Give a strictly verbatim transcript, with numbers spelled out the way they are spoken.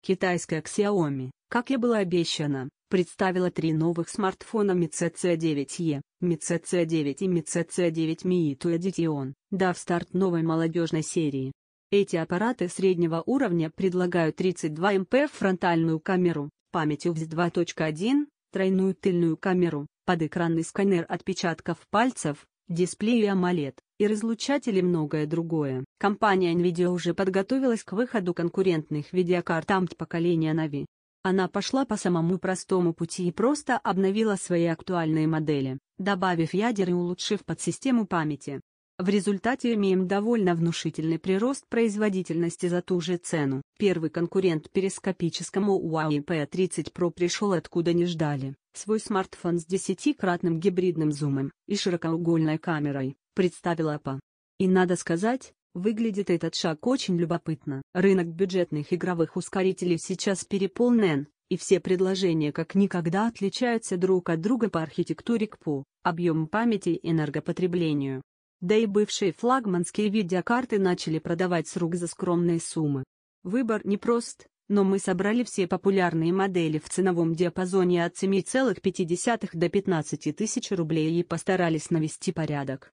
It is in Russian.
Китайская Xiaomi, как и было обещано, представила три новых смартфона Mi си си девять и, Mi си си девять и Mi си си девять Mini Edition, дав старт новой молодежной серии. Эти аппараты среднего уровня предлагают тридцать два мегапикселя фронтальную камеру, память ю эф эс два точка один, тройную тыльную камеру, подэкранный сканер отпечатков пальцев, дисплей AMOLED, и разлучатель и многое другое. Компания Nvidia уже подготовилась к выходу конкурентных видеокарт эй эм ди поколения Navi. Она пошла по самому простому пути и просто обновила свои актуальные модели, добавив ядер и улучшив подсистему памяти. В результате имеем довольно внушительный прирост производительности за ту же цену. Первый конкурент перископическому Huawei пи тридцать Pro пришел откуда не ждали. Свой смартфон с десятикратным гибридным зумом и широкоугольной камерой представила Oppo. И надо сказать, выглядит этот шаг очень любопытно. Рынок бюджетных игровых ускорителей сейчас переполнен, и все предложения как никогда отличаются друг от друга по архитектуре си пи ю, объему памяти и энергопотреблению. Да и бывшие флагманские видеокарты начали продавать с рук за скромные суммы. Выбор непрост, но мы собрали все популярные модели в ценовом диапазоне от семи целых пяти десятых до пятнадцати тысяч рублей и постарались навести порядок.